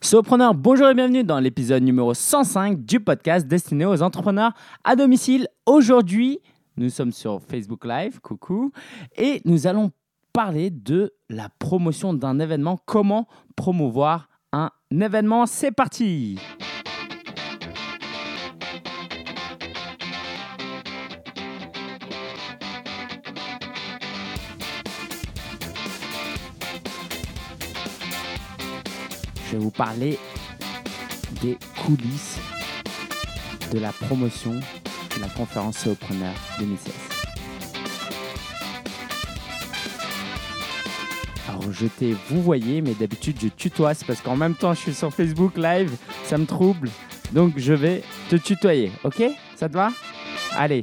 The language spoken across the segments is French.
Solopreneur, bonjour et bienvenue dans l'épisode numéro 105 du podcast destiné aux entrepreneurs à domicile. Aujourd'hui, nous sommes sur Facebook Live, coucou, et nous allons parler de la promotion d'un événement, comment promouvoir un événement. C'est parti! Je vais vous parler des coulisses de la promotion de la conférence Solopreneur 2016. Alors, vous voyez, mais d'habitude, je tutoie. C'est parce qu'en même temps, je suis sur Facebook Live. Ça me trouble. Donc, je vais te tutoyer. OK? Ça te va? Allez.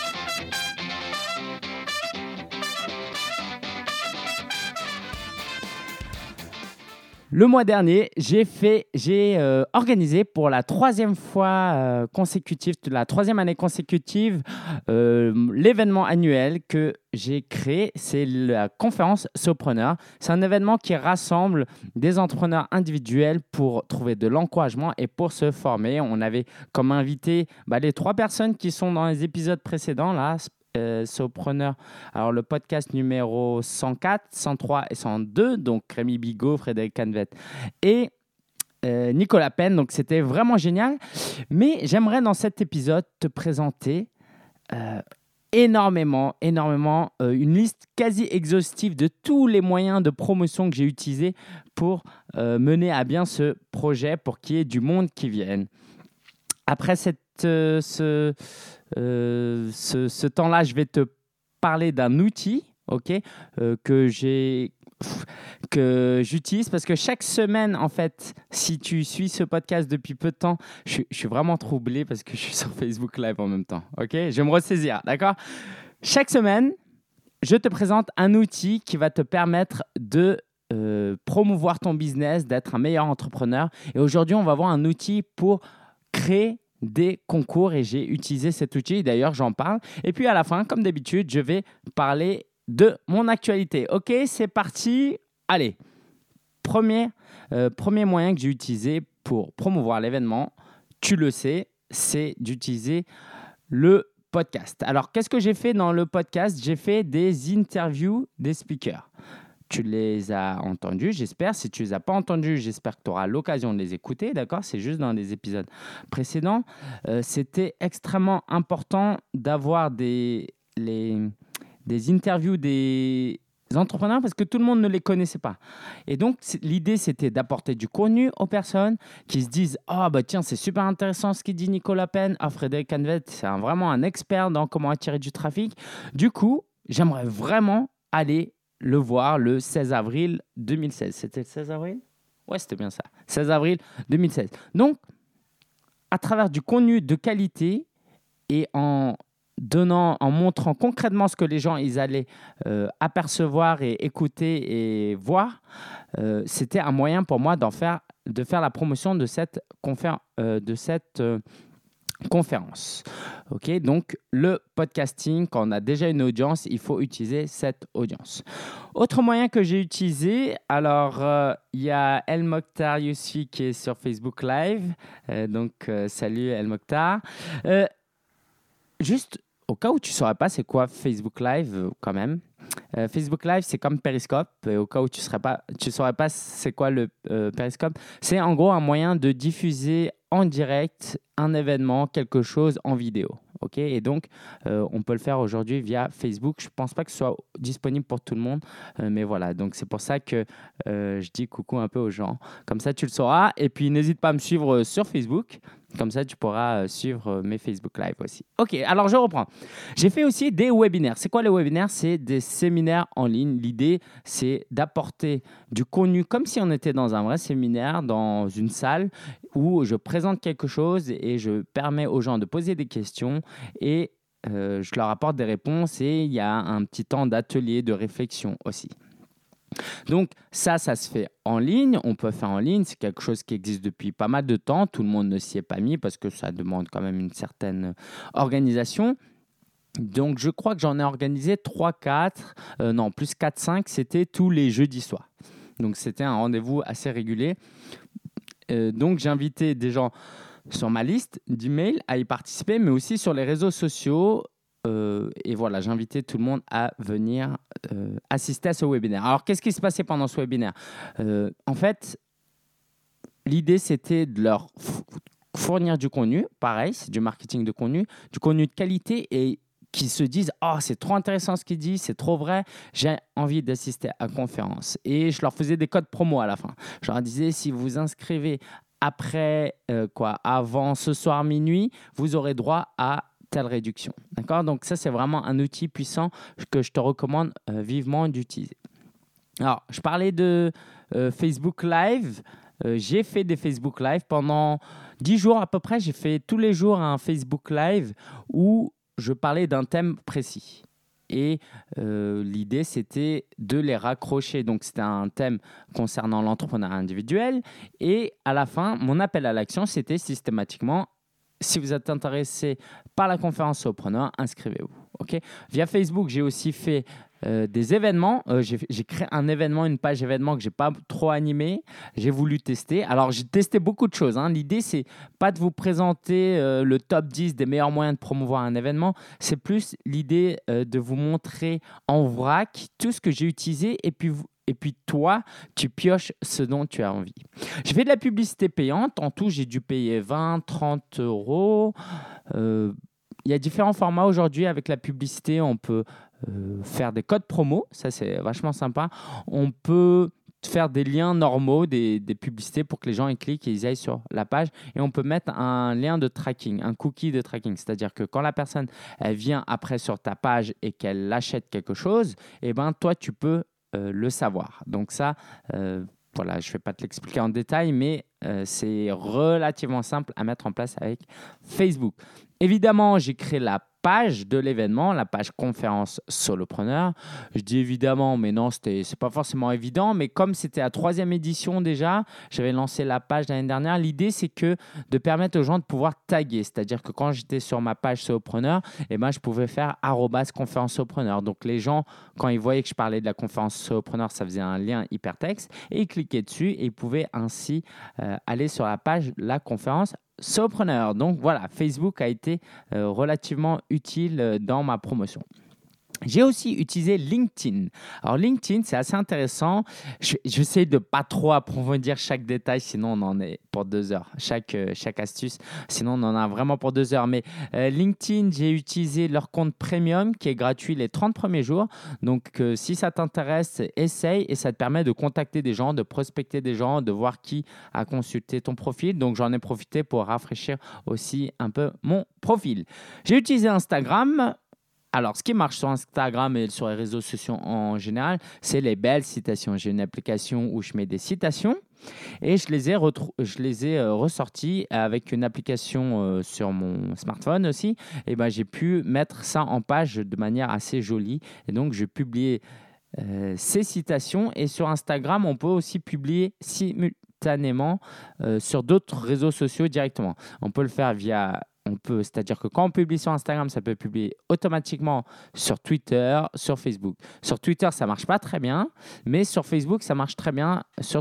Le mois dernier, j'ai organisé pour la troisième fois consécutive, la troisième année consécutive, l'événement annuel que j'ai créé. C'est la conférence Solopreneur. C'est un événement qui rassemble des entrepreneurs individuels pour trouver de l'encouragement et pour se former. On avait comme invité les 3 personnes qui sont dans les épisodes précédents, là, Solopreneur. Alors, le podcast numéro 104, 103 et 102, donc Rémi Bigot, Frédéric Canvet et Nicolas Penn. Donc, c'était vraiment génial. Mais j'aimerais dans cet épisode te présenter énormément, une liste quasi exhaustive de tous les moyens de promotion que j'ai utilisés pour mener à bien ce projet, pour qu'il y ait du monde qui vienne. Après ce temps-là, je vais te parler d'un outil, que j'utilise parce que chaque semaine, en fait, si tu suis ce podcast depuis peu de temps, je suis vraiment troublé parce que je suis sur Facebook Live en même temps. OK? Je vais me ressaisir, d'accord? Chaque semaine, je te présente un outil qui va te permettre de promouvoir ton business, d'être un meilleur entrepreneur. Et aujourd'hui, on va voir un outil pour créer des concours et j'ai utilisé cet outil. D'ailleurs, j'en parle. Et puis à la fin, comme d'habitude, je vais parler de mon actualité. OK, c'est parti. Allez, premier moyen que j'ai utilisé pour promouvoir l'événement, tu le sais, c'est d'utiliser le podcast. Alors, qu'est-ce que j'ai fait dans le podcast? J'ai fait des interviews des speakers. Tu les as entendus, j'espère. Si tu ne les as pas entendus, j'espère que tu auras l'occasion de les écouter, d'accord? C'est juste dans les épisodes précédents. C'était extrêmement important d'avoir des interviews des entrepreneurs parce que tout le monde ne les connaissait pas. Et donc, l'idée, c'était d'apporter du contenu aux personnes qui se disent « Ah, tiens, c'est super intéressant ce qu'il dit Nicolas Penn. Ah, Frédéric Canvet, c'est vraiment un expert dans comment attirer du trafic. » Du coup, j'aimerais vraiment aller le voir le 16 avril 2016. C'était le 16 avril? Ouais, c'était bien ça. 16 avril 2016. Donc, à travers du contenu de qualité et en montrant concrètement ce que les gens ils allaient apercevoir et écouter et voir, c'était un moyen pour moi de faire la promotion de cette conférence. OK, donc le podcasting, quand on a déjà une audience, il faut utiliser cette audience. Autre moyen que j'ai utilisé, alors il y a El Mokhtar Youssi qui est sur Facebook Live. Salut El Mokhtar. Juste au cas où tu ne saurais pas c'est quoi Facebook Live quand même. Facebook Live, c'est comme Periscope. Et au cas où tu ne saurais pas c'est quoi le Periscope, c'est en gros un moyen de diffuser en direct un événement, quelque chose en vidéo. OK? Et donc, on peut le faire aujourd'hui via Facebook. Je ne pense pas que ce soit disponible pour tout le monde, mais voilà. Donc, c'est pour ça que je dis coucou un peu aux gens. Comme ça, tu le sauras. Et puis, n'hésite pas à me suivre sur Facebook. Comme ça, tu pourras suivre mes Facebook Live aussi. OK, alors je reprends. J'ai fait aussi des webinaires. C'est quoi les webinaires? C'est des séminaires en ligne. L'idée, c'est d'apporter du contenu comme si on était dans un vrai séminaire, dans une salle où je présente quelque chose et je permets aux gens de poser des questions et je leur apporte des réponses et il y a un petit temps d'atelier, de réflexion aussi. Donc ça se fait en ligne, on peut faire en ligne, c'est quelque chose qui existe depuis pas mal de temps, tout le monde ne s'y est pas mis parce que ça demande quand même une certaine organisation. Donc je crois que j'en ai organisé 4-5, c'était tous les jeudis soirs. Donc c'était un rendez-vous assez régulier. Donc, j'ai invité des gens sur ma liste d'emails à y participer, mais aussi sur les réseaux sociaux. Et voilà, j'ai invité tout le monde à venir assister à ce webinaire. Alors, qu'est-ce qui se passait pendant ce webinaire? En fait, l'idée, c'était de leur fournir du contenu. Pareil, c'est du marketing de contenu, du contenu de qualité et qui se disent « Oh, c'est trop intéressant ce qu'il dit, c'est trop vrai, j'ai envie d'assister à la conférence. » Et je leur faisais des codes promo à la fin. Je leur disais « Si vous vous inscrivez avant ce soir minuit, vous aurez droit à telle réduction. » D'accord? Donc ça, c'est vraiment un outil puissant que je te recommande vivement d'utiliser. Alors, je parlais de Facebook Live. J'ai fait des Facebook Live pendant 10 jours à peu près. J'ai fait tous les jours un Facebook Live où je parlais d'un thème précis. Et l'idée, c'était de les raccrocher. Donc, c'était un thème concernant l'entrepreneuriat individuel. Et à la fin, mon appel à l'action, c'était systématiquement, si vous êtes intéressé par la conférence Solopreneur, inscrivez-vous. Okay? Via Facebook, j'ai aussi fait des événements. J'ai créé un événement, une page événement que je n'ai pas trop animée. J'ai voulu tester. Alors, j'ai testé beaucoup de choses. L'idée, c'est pas de vous présenter le top 10 des meilleurs moyens de promouvoir un événement. C'est plus l'idée de vous montrer en vrac tout ce que j'ai utilisé et puis toi, tu pioches ce dont tu as envie. J'ai fait de la publicité payante. En tout, j'ai dû payer 20, 30 euros. Il y a différents formats aujourd'hui avec la publicité. On peut faire des codes promo. Ça, c'est vachement sympa. On peut faire des liens normaux, des publicités pour que les gens y cliquent et ils aillent sur la page. Et on peut mettre un lien de tracking, un cookie de tracking. C'est-à-dire que quand la personne elle vient après sur ta page et qu'elle achète quelque chose, eh ben, toi, tu peux le savoir. Donc ça, voilà, je ne vais pas te l'expliquer en détail, mais c'est relativement simple à mettre en place avec Facebook. Évidemment, j'ai créé la page de l'événement, la page conférence Solopreneur. Je dis évidemment, mais non, c'est pas forcément évident. Mais comme c'était la 3e édition déjà, j'avais lancé la page l'année dernière. L'idée, c'est de permettre aux gens de pouvoir taguer. C'est-à-dire que quand j'étais sur ma page Solopreneur, je pouvais faire @conférence Solopreneur. Donc les gens, quand ils voyaient que je parlais de la conférence Solopreneur, ça faisait un lien hypertexte et ils cliquaient dessus et ils pouvaient ainsi aller sur la page la conférence Solopreneur. Donc voilà, Facebook a été relativement utile dans ma promotion. J'ai aussi utilisé LinkedIn. Alors LinkedIn, c'est assez intéressant. J'essaie de ne pas trop approfondir chaque détail, sinon on en est pour 2 heures. Chaque astuce, sinon on en a vraiment pour 2 heures. Mais LinkedIn, j'ai utilisé leur compte premium qui est gratuit les 30 premiers jours. Donc si ça t'intéresse, essaye et ça te permet de contacter des gens, de prospecter des gens, de voir qui a consulté ton profil. Donc j'en ai profité pour rafraîchir aussi un peu mon profil. J'ai utilisé Instagram. Alors, ce qui marche sur Instagram et sur les réseaux sociaux en général, c'est les belles citations. J'ai une application où je mets des citations et je les ai ressorties avec une application sur mon smartphone aussi. Et j'ai pu mettre ça en page de manière assez jolie. Et donc, je publiais ces citations. Et sur Instagram, on peut aussi publier simultanément sur d'autres réseaux sociaux directement. On peut le faire c'est-à-dire que quand on publie sur Instagram, ça peut publier automatiquement sur Twitter, sur Facebook. Sur Twitter, ça ne marche pas très bien, mais sur Facebook, ça marche très bien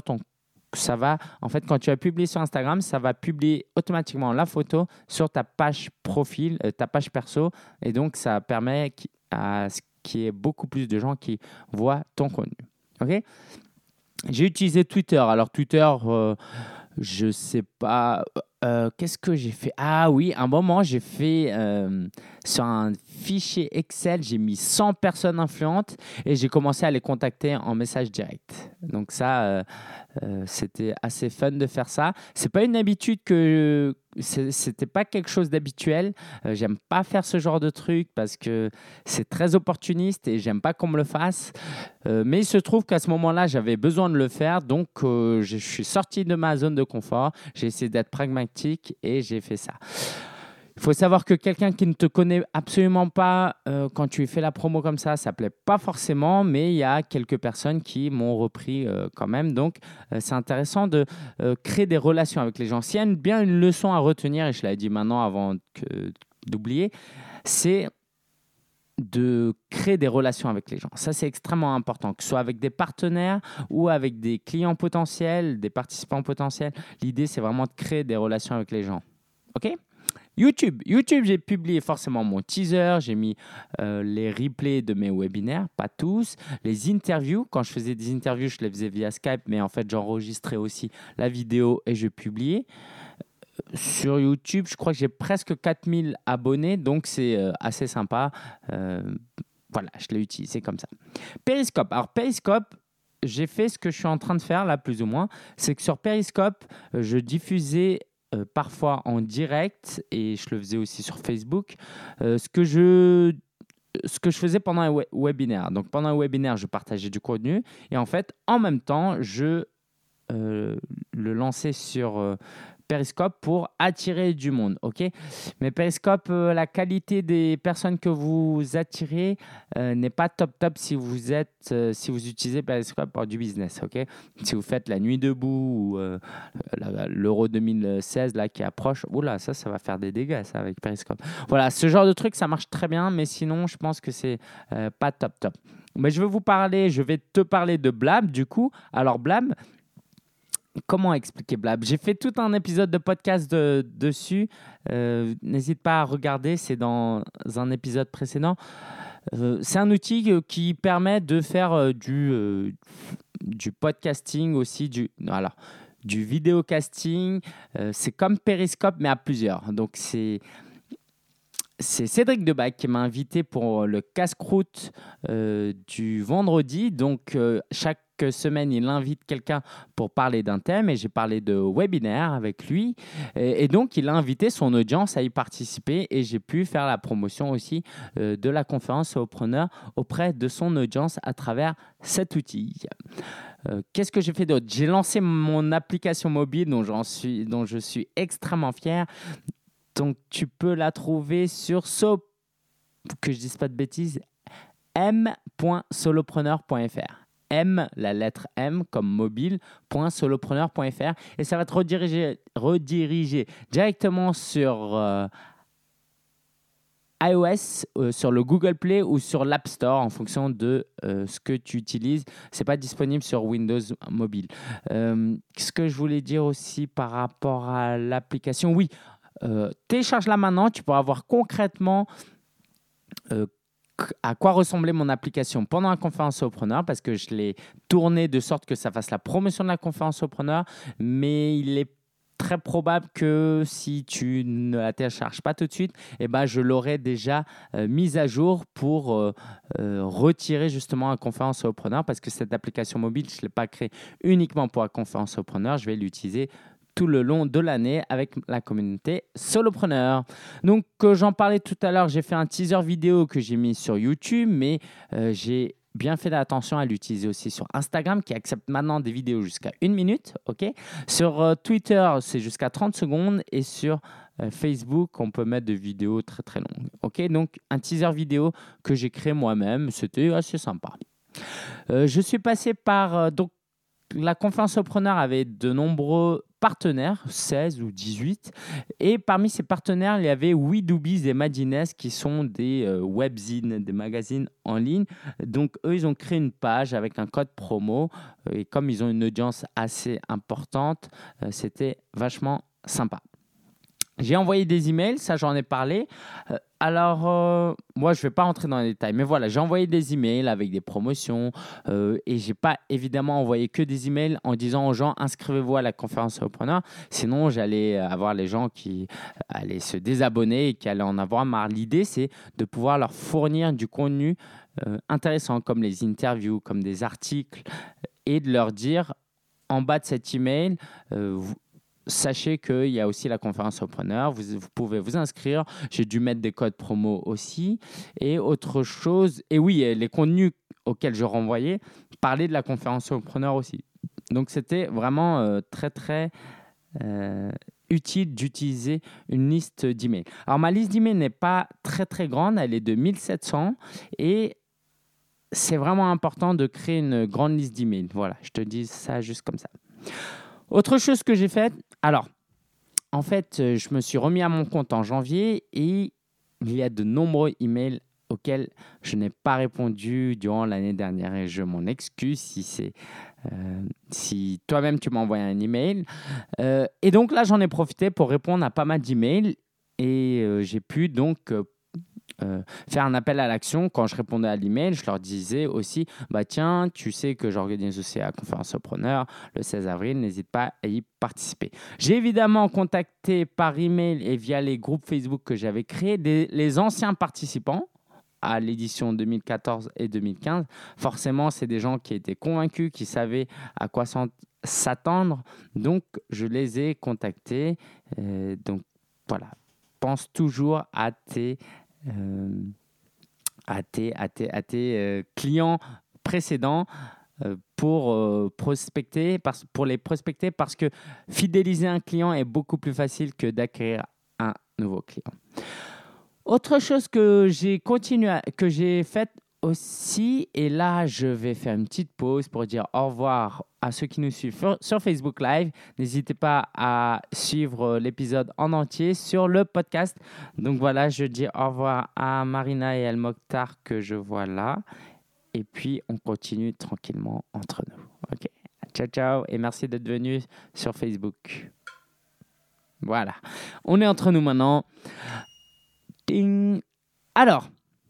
en fait, quand tu as publié sur Instagram, ça va publier automatiquement la photo sur ta page profil, ta page perso, et donc ça permet à ce qu'il y ait beaucoup plus de gens qui voient ton contenu. Ok ? J'ai utilisé Twitter. Alors Twitter, je ne sais pas. Qu'est-ce que j'ai fait? Ah oui, un moment, j'ai fait sur un fichier Excel, j'ai mis 100 personnes influentes et j'ai commencé à les contacter en message direct. Donc ça, c'était assez fun de faire ça. C'est pas une habitude c'était pas quelque chose d'habituel. J'aime pas faire ce genre de truc parce que c'est très opportuniste et j'aime pas qu'on me le fasse. Mais il se trouve qu'à ce moment-là, j'avais besoin de le faire. Donc, je suis sorti de ma zone de confort. J'ai essayé d'être pragmatique et j'ai fait ça. Il faut savoir que quelqu'un qui ne te connaît absolument pas, quand tu fais la promo comme ça ne plaît pas forcément, mais il y a quelques personnes qui m'ont repris quand même. Donc, c'est intéressant de créer des relations avec les gens. S'il y a bien une leçon à retenir, et je l'avais dit maintenant avant d'oublier, c'est de créer des relations avec les gens. Ça, c'est extrêmement important, que ce soit avec des partenaires ou avec des clients potentiels, des participants potentiels. L'idée, c'est vraiment de créer des relations avec les gens. OK ? YouTube, j'ai publié forcément mon teaser, j'ai mis les replays de mes webinaires, pas tous, les interviews. Quand je faisais des interviews, je les faisais via Skype, mais en fait, j'enregistrais aussi la vidéo et je publiais. Sur YouTube, je crois que j'ai presque 4000 abonnés, donc c'est assez sympa. Voilà, je l'ai utilisé comme ça. Periscope. Alors, Periscope, j'ai fait ce que je suis en train de faire là, plus ou moins. C'est que sur Periscope, je diffusais parfois en direct et je le faisais aussi sur Facebook. Ce que je faisais pendant un webinaire. Donc, pendant un webinaire, je partageais du contenu et en fait, en même temps, je le lançais sur Periscope pour attirer du monde, ok? Mais Periscope, la qualité des personnes que vous attirez n'est pas top si vous utilisez Periscope pour du business, ok? Si vous faites la nuit debout ou l'Euro 2016 là qui approche, oula, ça va faire des dégâts ça avec Periscope. Voilà, ce genre de truc, ça marche très bien, mais sinon, je pense que c'est pas top. Mais je vais te parler de Blab du coup. Alors Blab. Comment expliquer Blab? J'ai fait tout un épisode de podcast dessus. N'hésite pas à regarder, c'est dans un épisode précédent. C'est un outil qui permet de faire du podcasting aussi, du vidéocasting. C'est comme Periscope, mais à plusieurs. Donc, c'est Cédric Debac qui m'a invité pour le casse-croûte du vendredi. Donc, chaque semaine, il invite quelqu'un pour parler d'un thème et j'ai parlé de webinaire avec lui. Et donc, il a invité son audience à y participer et j'ai pu faire la promotion aussi de la conférence Solopreneur auprès de son audience à travers cet outil. Qu'est-ce que j'ai fait d'autre? J'ai lancé mon application mobile dont je suis extrêmement fier. Donc, tu peux la trouver sur que je dise pas de bêtises, m.solopreneur.fr. M, la lettre M comme mobile.solopreneur.fr et ça va te rediriger directement sur iOS, sur le Google Play ou sur l'App Store en fonction de ce que tu utilises. Ce n'est pas disponible sur Windows mobile. Ce que je voulais dire aussi par rapport à l'application, oui, télécharge-la maintenant, tu pourras voir concrètement à quoi ressemblait mon application pendant la conférence Solopreneur parce que je l'ai tournée de sorte que ça fasse la promotion de la conférence Solopreneur, mais il est très probable que si tu ne la télécharges pas tout de suite, je l'aurai déjà mise à jour pour retirer justement la conférence Solopreneur parce que cette application mobile, je ne l'ai pas créée uniquement pour la conférence Solopreneur, je vais l'utiliser tout le long de l'année avec la communauté Solopreneur. Donc, j'en parlais tout à l'heure, j'ai fait un teaser vidéo que j'ai mis sur YouTube, mais j'ai bien fait attention à l'utiliser aussi sur Instagram qui accepte maintenant des vidéos jusqu'à 1 minute. Okay, sur Twitter, c'est jusqu'à 30 secondes et sur Facebook, on peut mettre des vidéos très très longues. Okay, donc, un teaser vidéo que j'ai créé moi-même, c'était assez sympa. Je suis passé par... donc, la conférence Solopreneur avait de nombreux partenaires, 16 ou 18. Et parmi ces partenaires, il y avait WeDoBiz et Madines qui sont des webzines, des magazines en ligne. Donc, eux, ils ont créé une page avec un code promo. Et comme ils ont une audience assez importante, c'était vachement sympa. J'ai envoyé des emails, ça j'en ai parlé. Alors, moi je ne vais pas rentrer dans les détails, mais voilà, j'ai envoyé des emails avec des promotions et je n'ai pas évidemment envoyé que des emails en disant aux gens inscrivez-vous à la conférence Solopreneur. Sinon, j'allais avoir les gens qui allaient se désabonner et qui allaient en avoir marre. L'idée, c'est de pouvoir leur fournir du contenu intéressant comme les interviews, comme des articles et de leur dire en bas de cet email, sachez qu'il y a aussi la conférence Solopreneur, vous pouvez vous inscrire. J'ai dû mettre des codes promo aussi. Et autre chose, et oui, les contenus auxquels je renvoyais parlaient de la conférence Solopreneur aussi. Donc, c'était vraiment très, très utile d'utiliser une liste d'emails. Alors, ma liste d'emails n'est pas très, très grande. Elle est de 1700 et c'est vraiment important de créer une grande liste d'emails. Voilà, je te dis ça juste comme ça. Autre chose que j'ai faite, alors, en fait, je me suis remis à mon compte en janvier et il y a de nombreux emails auxquels je n'ai pas répondu durant l'année dernière et je m'en excuse si toi-même tu m'as envoyé un email. Et donc là, j'en ai profité pour répondre à pas mal d'emails et j'ai pu donc faire un appel à l'action. Quand je répondais à l'email, je leur disais aussi, tiens, tu sais que j'organise aussi la conférence Sopreneur le 16 avril, n'hésite pas à y participer. J'ai évidemment contacté par email et via les groupes Facebook que j'avais créés les anciens participants à l'édition 2014 et 2015. Forcément, c'est des gens qui étaient convaincus, qui savaient à quoi s'attendre. Donc, je les ai contactés. Donc, voilà. Pense toujours à tes clients précédents pour les prospecter parce que fidéliser un client est beaucoup plus facile que d'acquérir un nouveau client. Autre chose que j'ai faite aussi, et là je vais faire une petite pause pour dire au revoir à ceux qui nous suivent sur Facebook Live. N'hésitez pas à suivre l'épisode en entier sur le podcast. Donc voilà, je dis au revoir à Marina et El Mokhtar que je vois là. Et puis on continue tranquillement entre nous. Ok, ciao ciao et merci d'être venu sur Facebook. Voilà, on est entre nous maintenant. Ding. Alors,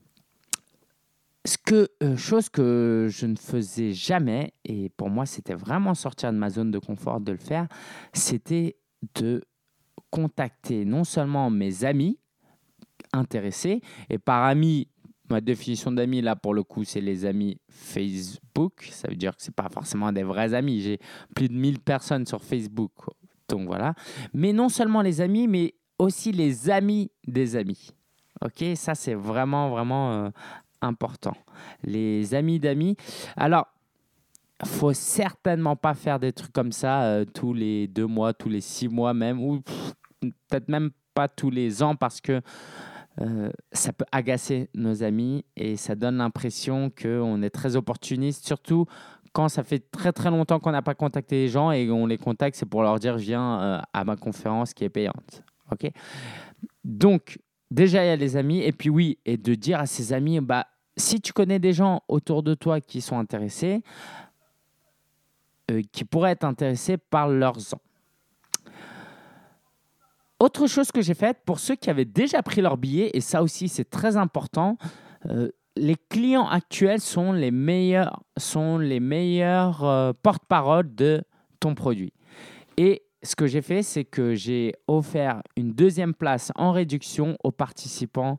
chose que je ne faisais jamais, et pour moi, c'était vraiment sortir de ma zone de confort de le faire, c'était de contacter non seulement mes amis intéressés, et par amis, ma définition d'amis, là, pour le coup, c'est les amis Facebook. Ça veut dire que ce n'est pas forcément des vrais amis. J'ai plus de 1000 personnes sur Facebook, donc voilà. Mais non seulement les amis, mais aussi les amis des amis. Ok, ça c'est vraiment, vraiment important. Les amis d'amis. Alors, il ne faut certainement pas faire des trucs comme ça tous les 2 mois, tous les 6 mois même, ou peut-être même pas tous les ans parce que ça peut agacer nos amis et ça donne l'impression qu'on est très opportuniste, surtout quand ça fait très très longtemps qu'on n'a pas contacté les gens et on les contacte, c'est pour leur dire viens à ma conférence qui est payante. Ok. Donc, déjà, il y a les amis. Et puis oui, et de dire à ses amis, si tu connais des gens autour de toi qui sont intéressés, qui pourraient être intéressés, parle-leur-en. Autre chose que j'ai faite, pour ceux qui avaient déjà pris leur billet, et ça aussi c'est très important, les clients actuels sont les meilleurs porte-parole de ton produit. Et ce que j'ai fait, c'est que j'ai offert une 2e place en réduction aux participants.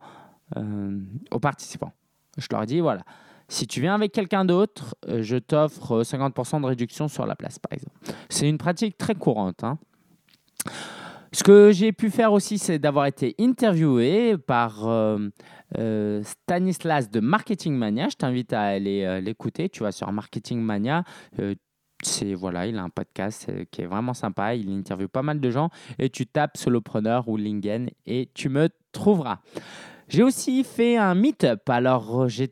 Je leur ai dit, voilà, si tu viens avec quelqu'un d'autre, je t'offre 50% de réduction sur la place, par exemple. C'est une pratique très courante. Ce que j'ai pu faire aussi, c'est d'avoir été interviewé par Stanislas de Marketing Mania. Je t'invite à aller l'écouter. Tu vas sur Marketing Mania. Il a un podcast qui est vraiment sympa. Il interviewe pas mal de gens et tu tapes solopreneur ou Lingen et tu me trouveras. J'ai aussi fait un meet-up. Alors, je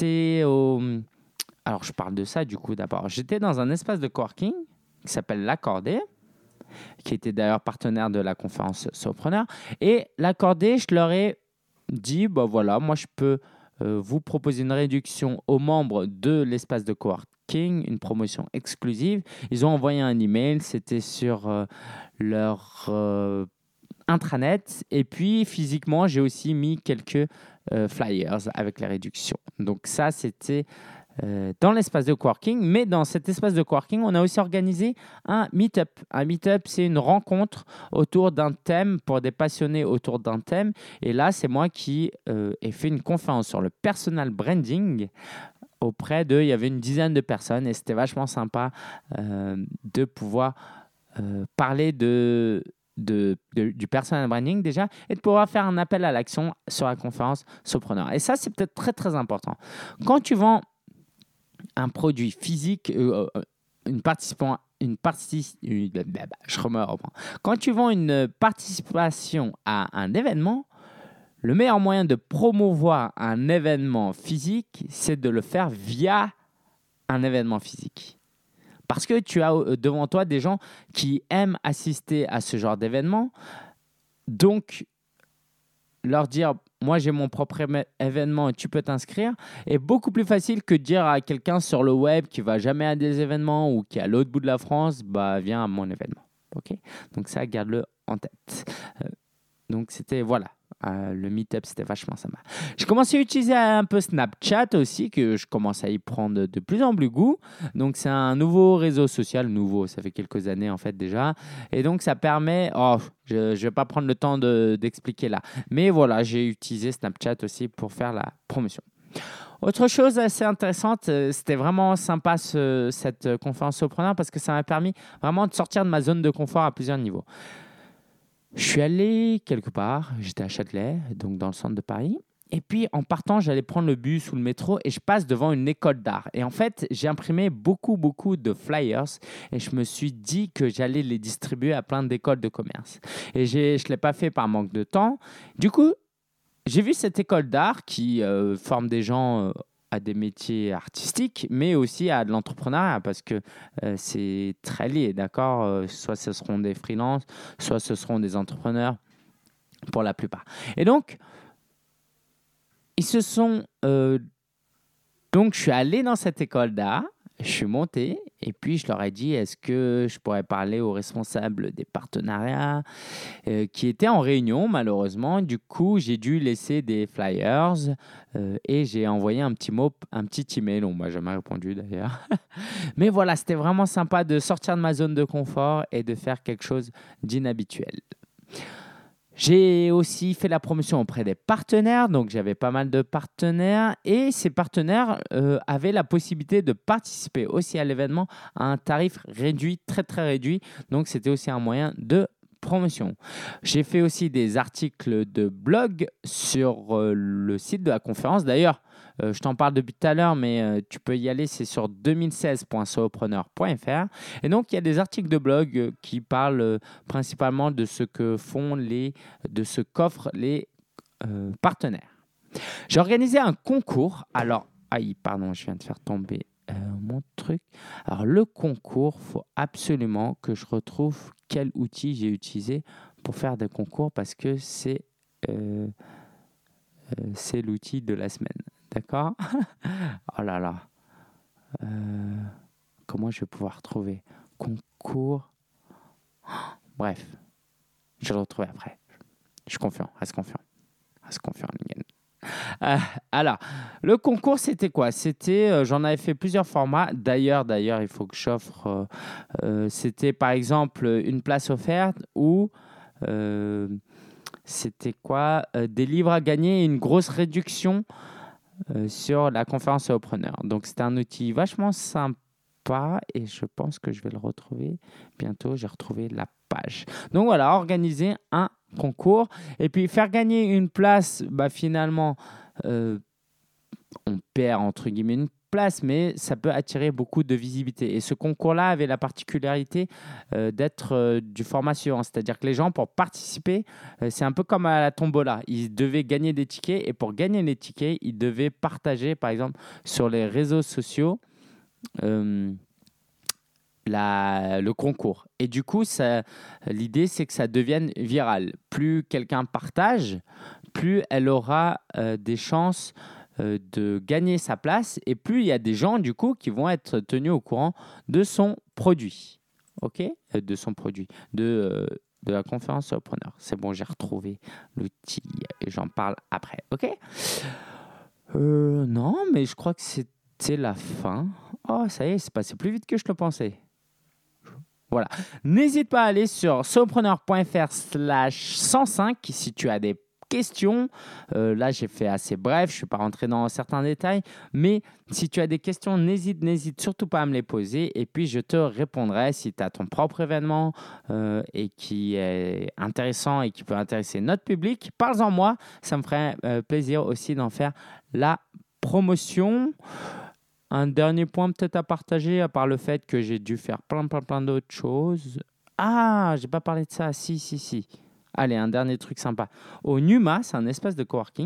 parle de ça du coup d'abord. J'étais dans un espace de coworking qui s'appelle l'Accordé, qui était d'ailleurs partenaire de la conférence Sopreneur. Et l'Accordé, je leur ai dit, voilà, moi je peux vous proposer une réduction aux membres de l'espace de coworking, une promotion exclusive. Ils ont envoyé un email, c'était sur leur intranet. Et puis physiquement, j'ai aussi mis quelques flyers avec les réductions. Donc ça, c'était dans l'espace de coworking. Mais dans cet espace de coworking, on a aussi organisé un meet-up. Un meet-up, c'est une rencontre autour d'un thème pour des passionnés autour d'un thème. Et là, c'est moi qui ai fait une conférence sur le personal branding auprès il y avait une dizaine de personnes et c'était vachement sympa de pouvoir parler du personal branding déjà et de pouvoir faire un appel à l'action sur la conférence Sopreneur. Et ça, c'est peut-être très, très important. Quand tu vends un produit physique, quand tu vends une participation à un événement, le meilleur moyen de promouvoir un événement physique, c'est de le faire via un événement physique. Parce que tu as devant toi des gens qui aiment assister à ce genre d'événement. Donc, leur dire, moi j'ai mon propre événement et tu peux t'inscrire, est beaucoup plus facile que de dire à quelqu'un sur le web qui va jamais à des événements ou qui est à l'autre bout de la France, bah viens à mon événement. Ok. Donc ça, garde-le en tête. Donc c'était voilà. Le meet-up, c'était vachement sympa. J'ai commencé à utiliser un peu Snapchat aussi, que je commence à y prendre de plus en plus goût. Donc, c'est un nouveau réseau social, nouveau, ça fait quelques années en fait déjà. Et donc, ça permet, je ne vais pas prendre le temps d'expliquer là. Mais voilà, j'ai utilisé Snapchat aussi pour faire la promotion. Autre chose assez intéressante, c'était vraiment sympa cette conférence Solopreneur parce que ça m'a permis vraiment de sortir de ma zone de confort à plusieurs niveaux. Je suis allé quelque part, j'étais à Châtelet, donc dans le centre de Paris. Et puis, en partant, j'allais prendre le bus ou le métro et je passe devant une école d'art. Et en fait, j'ai imprimé beaucoup de flyers et je me suis dit que j'allais les distribuer à plein d'écoles de commerce. Et je ne l'ai pas fait par manque de temps. Du coup, j'ai vu cette école d'art qui forme des gens à des métiers artistiques, mais aussi à de l'entrepreneuriat parce que c'est très lié, d'accord? Soit ce seront des freelances, soit ce seront des entrepreneurs pour la plupart. Et donc, ils se sont... donc, je suis allé dans cette école d'art, je suis monté et puis je leur ai dit, est-ce que je pourrais parler aux responsables des partenariats qui étaient en réunion, malheureusement. Du coup, j'ai dû laisser des flyers et j'ai envoyé un petit email. On m'a jamais répondu d'ailleurs. Mais voilà, c'était vraiment sympa de sortir de ma zone de confort et de faire quelque chose d'inhabituel. J'ai aussi fait la promotion auprès des partenaires, donc j'avais pas mal de partenaires et ces partenaires avaient la possibilité de participer aussi à l'événement à un tarif réduit, très très réduit, donc c'était aussi un moyen de promotion. J'ai fait aussi des articles de blog sur le site de la conférence. D'ailleurs, je t'en parle depuis tout à l'heure, mais tu peux y aller, c'est sur 2016.solopreneur.fr. Et donc, il y a des articles de blog qui parlent principalement de ce que de ce qu'offrent les partenaires. J'ai organisé un concours. Alors, pardon, je viens de faire tomber mon truc. Alors, le concours, il faut absolument que je retrouve quel outil j'ai utilisé pour faire des concours parce que c'est l'outil de la semaine. D'accord? Oh là là. Comment je vais pouvoir trouver concours? Bref, je vais le retrouver après. Je suis confiant. Reste confiant. Reste confiant, Lingen. Alors, le concours, c'était quoi? C'était, j'en avais fait plusieurs formats. D'ailleurs, il faut que j'offre. C'était par exemple une place offerte ou c'était quoi? Des livres à gagner et une grosse réduction sur la conférence Solopreneur. Donc, c'était un outil vachement sympa et je pense que je vais le retrouver bientôt. J'ai retrouvé la page. Donc, voilà, organiser un concours et puis faire gagner une place, finalement, on perd entre guillemets une place, mais ça peut attirer beaucoup de visibilité. Et ce concours-là avait la particularité d'être du format suivant, c'est-à-dire que les gens, pour participer, c'est un peu comme à la tombola. Ils devaient gagner des tickets et pour gagner les tickets, ils devaient partager, par exemple, sur les réseaux sociaux le concours. Et du coup, l'idée, c'est que ça devienne viral. Plus quelqu'un partage, plus elle aura des chances de gagner sa place et plus il y a des gens du coup qui vont être tenus au courant de son produit, ok, de son produit, de la conférence Solopreneur. C'est bon, j'ai retrouvé l'outil et j'en parle après, ok. Non, mais je crois que c'était la fin. Oh, ça y est, c'est passé plus vite que je le pensais. Voilà. N'hésite pas à aller sur solopreneur.fr/105 si tu as des questions. Là, j'ai fait assez bref, je ne suis pas rentré dans certains détails, mais si tu as des questions, n'hésite surtout pas à me les poser et puis je te répondrai si tu as ton propre événement et qui est intéressant et qui peut intéresser notre public. Parle-en moi, ça me ferait plaisir aussi d'en faire la promotion. Un dernier point peut-être à partager, à part le fait que j'ai dû faire plein d'autres choses. Ah, j'ai pas parlé de ça. Si. Allez, un dernier truc sympa. Au Numa, c'est un espace de coworking.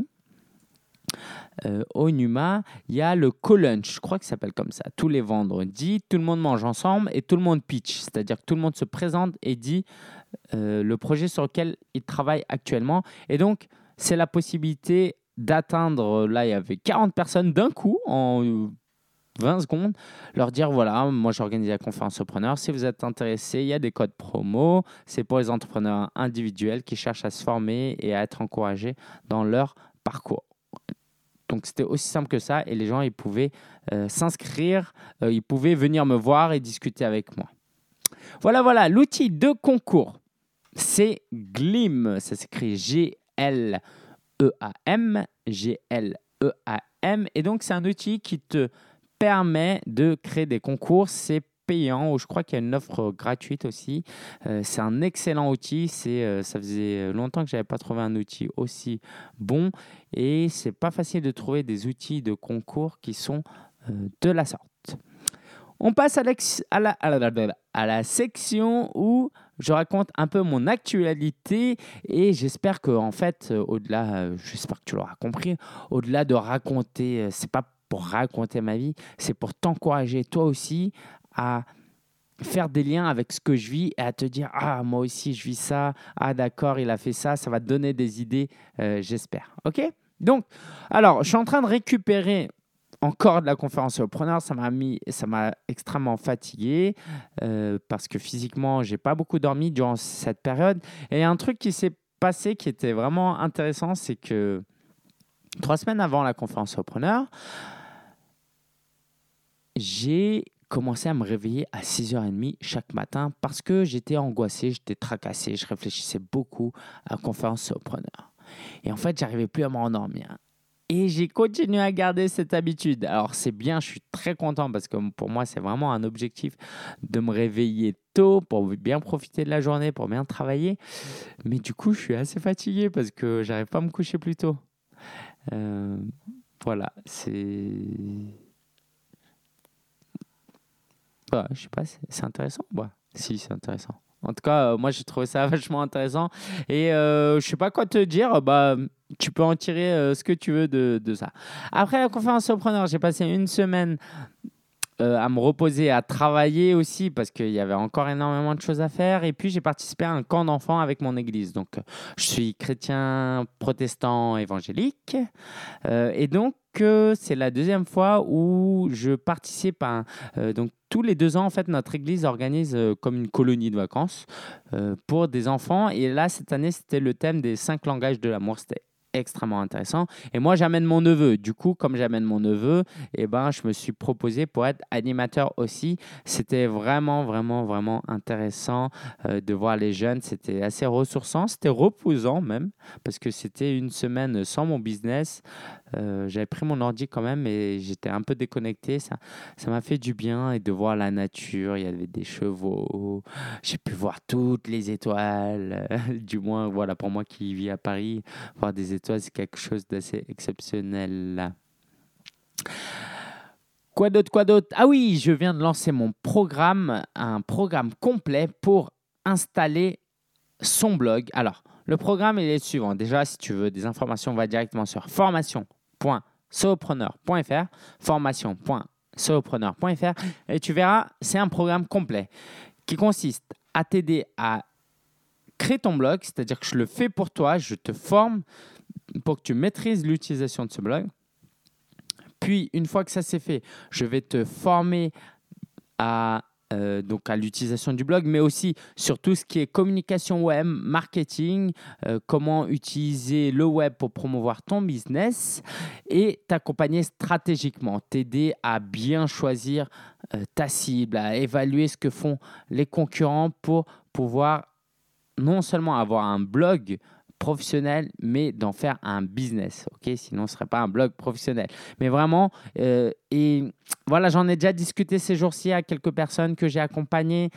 Au Numa, il y a le co-lunch, je crois que ça s'appelle comme ça. Tous les vendredis, tout le monde mange ensemble et tout le monde pitch. C'est-à-dire que tout le monde se présente et dit le projet sur lequel il travaille actuellement. Et donc, c'est la possibilité d'atteindre, là, il y avait 40 personnes d'un coup en 20 secondes, leur dire voilà, moi j'organise la conférence entrepreneur. Si vous êtes intéressé, il y a des codes promo. C'est pour les entrepreneurs individuels qui cherchent à se former et à être encouragés dans leur parcours. Donc c'était aussi simple que ça et les gens ils pouvaient s'inscrire, ils pouvaient venir me voir et discuter avec moi. Voilà, l'outil de concours, c'est Gleam. Ça s'écrit G-L-E-A-M, G-L-E-A-M. Et donc c'est un outil qui te permet de créer des concours. C'est payant, ou je crois qu'il y a une offre gratuite aussi. C'est un excellent outil. Ça faisait longtemps que je n'avais pas trouvé un outil aussi bon. Et c'est pas facile de trouver des outils de concours qui sont de la sorte. On passe à la section où je raconte un peu mon actualité et j'espère que, en fait, j'espère que tu l'auras compris, au-delà de raconter, c'est pas pour raconter ma vie, c'est pour t'encourager toi aussi à faire des liens avec ce que je vis et à te dire « Ah, moi aussi, je vis ça. Ah, d'accord, il a fait ça. » Ça va te donner des idées, j'espère. OK ? Donc, alors, je suis en train de récupérer encore de la conférence entrepreneur. Ça m'a extrêmement fatigué parce que physiquement, je n'ai pas beaucoup dormi durant cette période. Et un truc qui s'est passé qui était vraiment intéressant, c'est que 3 semaines avant la conférence entrepreneur, j'ai commencé à me réveiller à 6h30 chaque matin parce que j'étais angoissé, j'étais tracassé, je réfléchissais beaucoup à la conférence entrepreneur. Et en fait, j'arrivais plus à m'endormir. Et j'ai continué à garder cette habitude. Alors, c'est bien, je suis très content parce que pour moi, c'est vraiment un objectif de me réveiller tôt pour bien profiter de la journée, pour bien travailler. Mais du coup, je suis assez fatigué parce que j'arrive pas à me coucher plus tôt. Voilà, bah, je sais pas, c'est intéressant. Ouais. Si, c'est intéressant. En tout cas, moi, j'ai trouvé ça vachement intéressant. Et je sais pas quoi te dire. Bah, tu peux en tirer ce que tu veux de ça. Après la conférence entrepreneur, j'ai passé une semaine à me reposer, à travailler aussi parce qu'il y avait encore énormément de choses à faire. Et puis, j'ai participé à un camp d'enfants avec mon église. Donc, je suis chrétien protestant évangélique. Et donc, c'est la deuxième fois où je participe donc, tous les 2 ans, en fait, notre église organise comme une colonie de vacances pour des enfants. Et là, cette année, c'était le thème des 5 langages de l'amour. C'était extrêmement intéressant. Et moi, j'amène mon neveu. Du coup, comme j'amène mon neveu, je me suis proposé pour être animateur aussi. C'était vraiment, vraiment, vraiment intéressant de voir les jeunes. C'était assez ressourçant. C'était reposant même parce que c'était une semaine sans mon business. J'avais pris mon ordi quand même et j'étais un peu déconnecté. Ça m'a fait du bien et de voir la nature. Il y avait des chevaux. J'ai pu voir toutes les étoiles. Du moins, voilà, pour moi qui vis à Paris, voir des étoiles, c'est quelque chose d'assez exceptionnel. Quoi d'autre? Ah oui, je viens de lancer mon programme, un programme complet pour installer son blog. Alors, le programme est le suivant. Déjà, si tu veux des informations, va directement sur formation.solopreneur.fr, formation.solopreneur.fr et tu verras, c'est un programme complet qui consiste à t'aider à créer ton blog, c'est-à-dire que je le fais pour toi, je te forme pour que tu maîtrises l'utilisation de ce blog. Puis, une fois que ça c'est fait, je vais te former à l'utilisation du blog, mais aussi sur tout ce qui est communication web, marketing, comment utiliser le web pour promouvoir ton business et t'accompagner stratégiquement, t'aider à bien choisir ta cible, à évaluer ce que font les concurrents pour pouvoir non seulement avoir un blog professionnel, mais d'en faire un business. Okay, sinon, ce ne serait pas un blog professionnel. Mais vraiment, et voilà, j'en ai déjà discuté ces jours-ci à quelques personnes que j'ai accompagnées.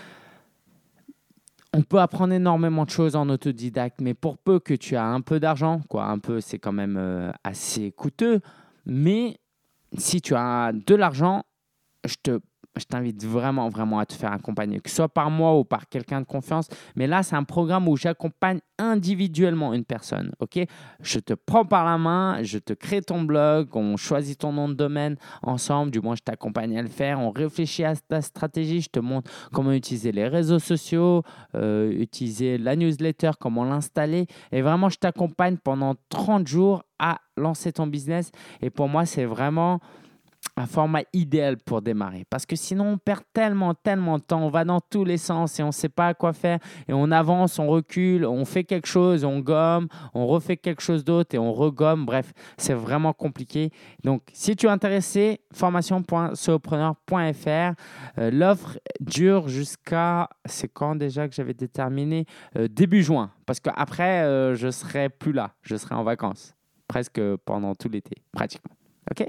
On peut apprendre énormément de choses en autodidacte, mais pour peu que tu as un peu d'argent, un peu, c'est quand même assez coûteux. Mais si tu as de l'argent, je te je t'invite vraiment, vraiment à te faire accompagner, que ce soit par moi ou par quelqu'un de confiance. Mais là, c'est un programme où j'accompagne individuellement une personne. Ok, je te prends par la main, je te crée ton blog, on choisit ton nom de domaine ensemble. Du moins, je t'accompagne à le faire. On réfléchit à ta stratégie. Je te montre comment utiliser les réseaux sociaux, utiliser la newsletter, comment l'installer. Et vraiment, je t'accompagne pendant 30 jours à lancer ton business. Et pour moi, c'est vraiment un format idéal pour démarrer. Parce que sinon, on perd tellement, tellement de temps. On va dans tous les sens et on ne sait pas quoi faire. Et on avance, on recule, on fait quelque chose, on gomme, on refait quelque chose d'autre et on regomme. Bref, c'est vraiment compliqué. Donc, si tu es intéressé, formation.solopreneur.fr. L'offre dure jusqu'à, c'est quand déjà que j'avais déterminé? Début juin. Parce qu'après, je ne serai plus là. Je serai en vacances. Presque pendant tout l'été, pratiquement. OK?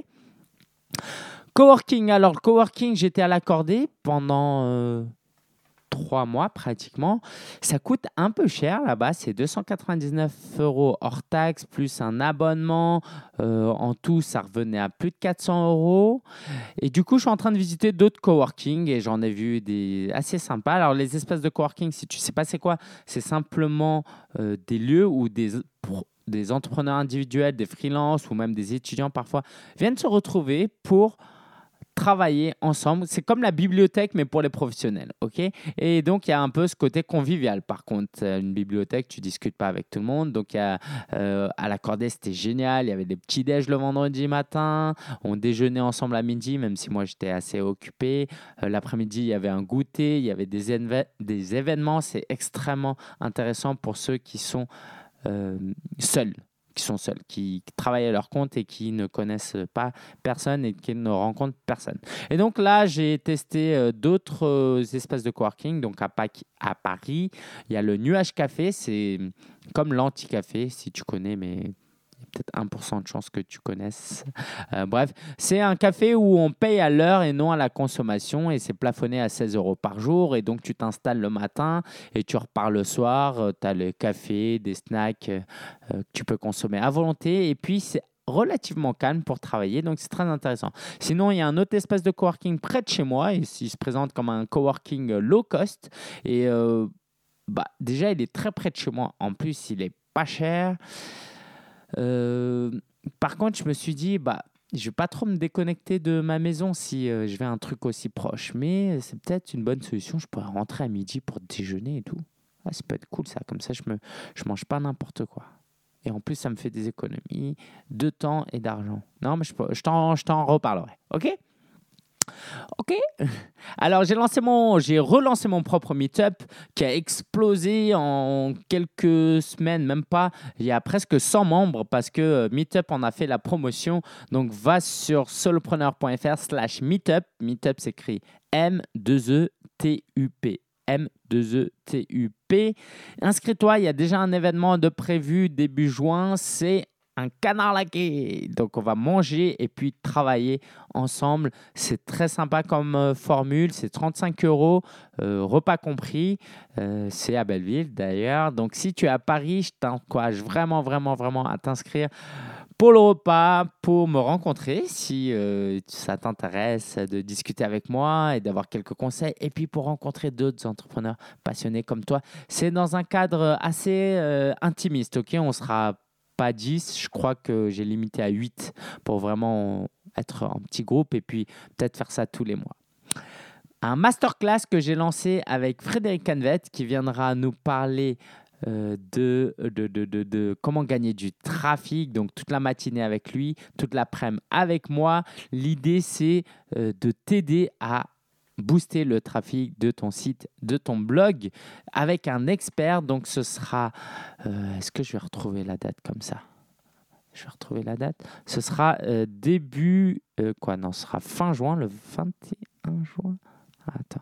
Coworking. Alors, le coworking, j'étais à l'accordé pendant 3 mois pratiquement. Ça coûte un peu cher là-bas. C'est 299 € hors taxe, plus un abonnement. En tout, ça revenait à plus de 400 €. Et du coup, je suis en train de visiter d'autres coworking et j'en ai vu des assez sympas. Alors, les espaces de coworking, si tu ne sais pas c'est quoi, c'est simplement des lieux où des entrepreneurs individuels, des freelances ou même des étudiants parfois viennent se retrouver pour travailler ensemble. C'est comme la bibliothèque, mais pour les professionnels. OK? Et donc, il y a un peu ce côté convivial. Par contre, une bibliothèque, tu ne discutes pas avec tout le monde. Donc, à l'accordé, c'était génial. Il y avait des petits déj le vendredi matin. On déjeunait ensemble à midi, même si moi, j'étais assez occupé. L'après-midi, il y avait un goûter. Il y avait des événements. C'est extrêmement intéressant pour ceux qui sont seuls, qui travaillent à leur compte et qui ne connaissent pas personne et qui ne rencontrent personne. Et donc là, j'ai testé d'autres espaces de coworking. Donc à Paris, il y a le Nuage Café. C'est comme l'Anti-Café, si tu connais, mais peut-être 1% de chance que tu connaisses. Bref, c'est un café où on paye à l'heure et non à la consommation et c'est plafonné à 16 € par jour. Et donc, tu t'installes le matin et tu repars le soir. Tu as le café, des snacks que tu peux consommer à volonté. Et puis, c'est relativement calme pour travailler, donc c'est très intéressant. Sinon, il y a un autre espace de coworking près de chez moi et il se présente comme un coworking low cost. Et déjà, il est très près de chez moi. En plus, il est pas cher. Par contre, je me suis dit, je ne vais pas trop me déconnecter de ma maison si je vais à un truc aussi proche. Mais c'est peut-être une bonne solution. Je pourrais rentrer à midi pour déjeuner et tout. Ah, ça peut être cool ça. Comme ça, je mange pas n'importe quoi. Et en plus, ça me fait des économies de temps et d'argent. Non, mais je t'en reparlerai. OK? OK. Alors, j'ai relancé mon propre Meetup qui a explosé en quelques semaines, même pas. Il y a presque 100 membres parce que Meetup en a fait la promotion. Donc, va sur solopreneur.fr/meetup. Meetup s'écrit M2ETUP. M2ETUP. Inscris-toi, il y a déjà un événement de prévu début juin. C'est un canard laqué. Donc, on va manger et puis travailler ensemble. C'est très sympa comme formule. C'est 35 €, repas compris. C'est à Belleville d'ailleurs. Donc, si tu es à Paris, je t'encourage vraiment, vraiment, vraiment à t'inscrire pour le repas, pour me rencontrer si ça t'intéresse de discuter avec moi et d'avoir quelques conseils. Et puis, pour rencontrer d'autres entrepreneurs passionnés comme toi. C'est dans un cadre assez intimiste. OK? On sera pas 10, je crois que j'ai limité à 8 pour vraiment être en petit groupe et puis peut-être faire ça tous les mois. Un masterclass que j'ai lancé avec Frédéric Canvet qui viendra nous parler de comment gagner du trafic, donc toute la matinée avec lui, toute l'après-midi avec moi. L'idée, c'est de t'aider à booster le trafic de ton site, de ton blog avec un expert. Donc, ce sera... est-ce que je vais retrouver la date comme ça? Je vais retrouver la date. Ce sera début... ce sera fin juin, le 21 juin. Attends.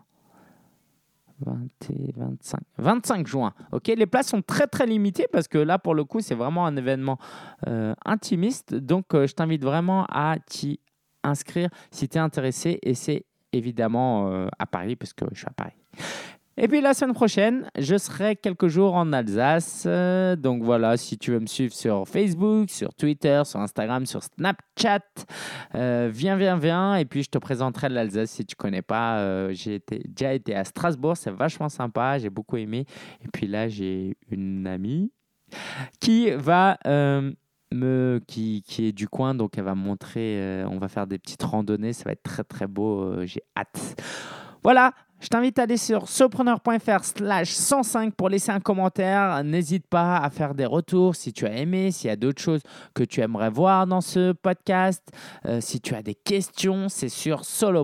25 juin. OK, les places sont très, très limitées parce que là, pour le coup, c'est vraiment un événement intimiste. Donc, je t'invite vraiment à t'y inscrire si tu es intéressé et c'est évidemment à Paris parce que je suis à Paris. Et puis la semaine prochaine, je serai quelques jours en Alsace. Donc voilà, si tu veux me suivre sur Facebook, sur Twitter, sur Instagram, sur Snapchat, viens. Et puis je te présenterai l'Alsace si tu ne connais pas. J'ai déjà été à Strasbourg, c'est vachement sympa, j'ai beaucoup aimé. Et puis là, j'ai une amie qui va... qui est du coin, donc elle va me montrer, on va faire des petites randonnées, ça va être très très beau, j'ai hâte. Voilà, je t'invite à aller sur sopreneur.fr/105 pour laisser un commentaire. N'hésite pas à faire des retours si tu as aimé, s'il y a d'autres choses que tu aimerais voir dans ce podcast. Si tu as des questions, c'est sur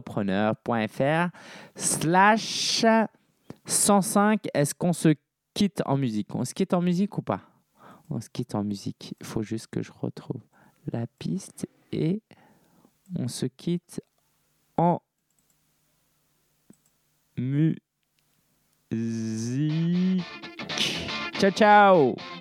solopreneur.fr/105. Est-ce qu'on se quitte en musique? On se quitte en musique ou pas? On se quitte en musique. Il faut juste que je retrouve la piste et on se quitte en musique. Ciao, ciao!